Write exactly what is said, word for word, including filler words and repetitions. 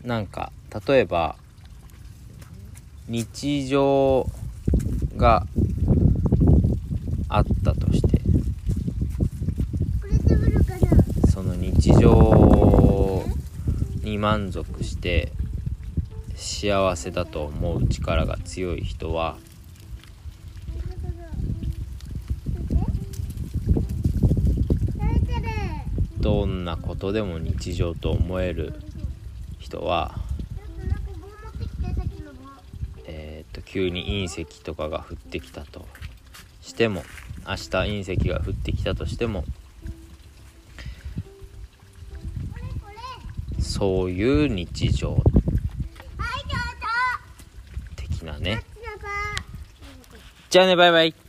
なんか例えば日常があったとして、その日常に満足して幸せだと思う力が強い人は、どんなことでも日常と思える人は、えー、っと急に隕石とかが降ってきたとしても、明日隕石が降ってきたとしても、そういう日常的なね。じゃあね、バイバイ。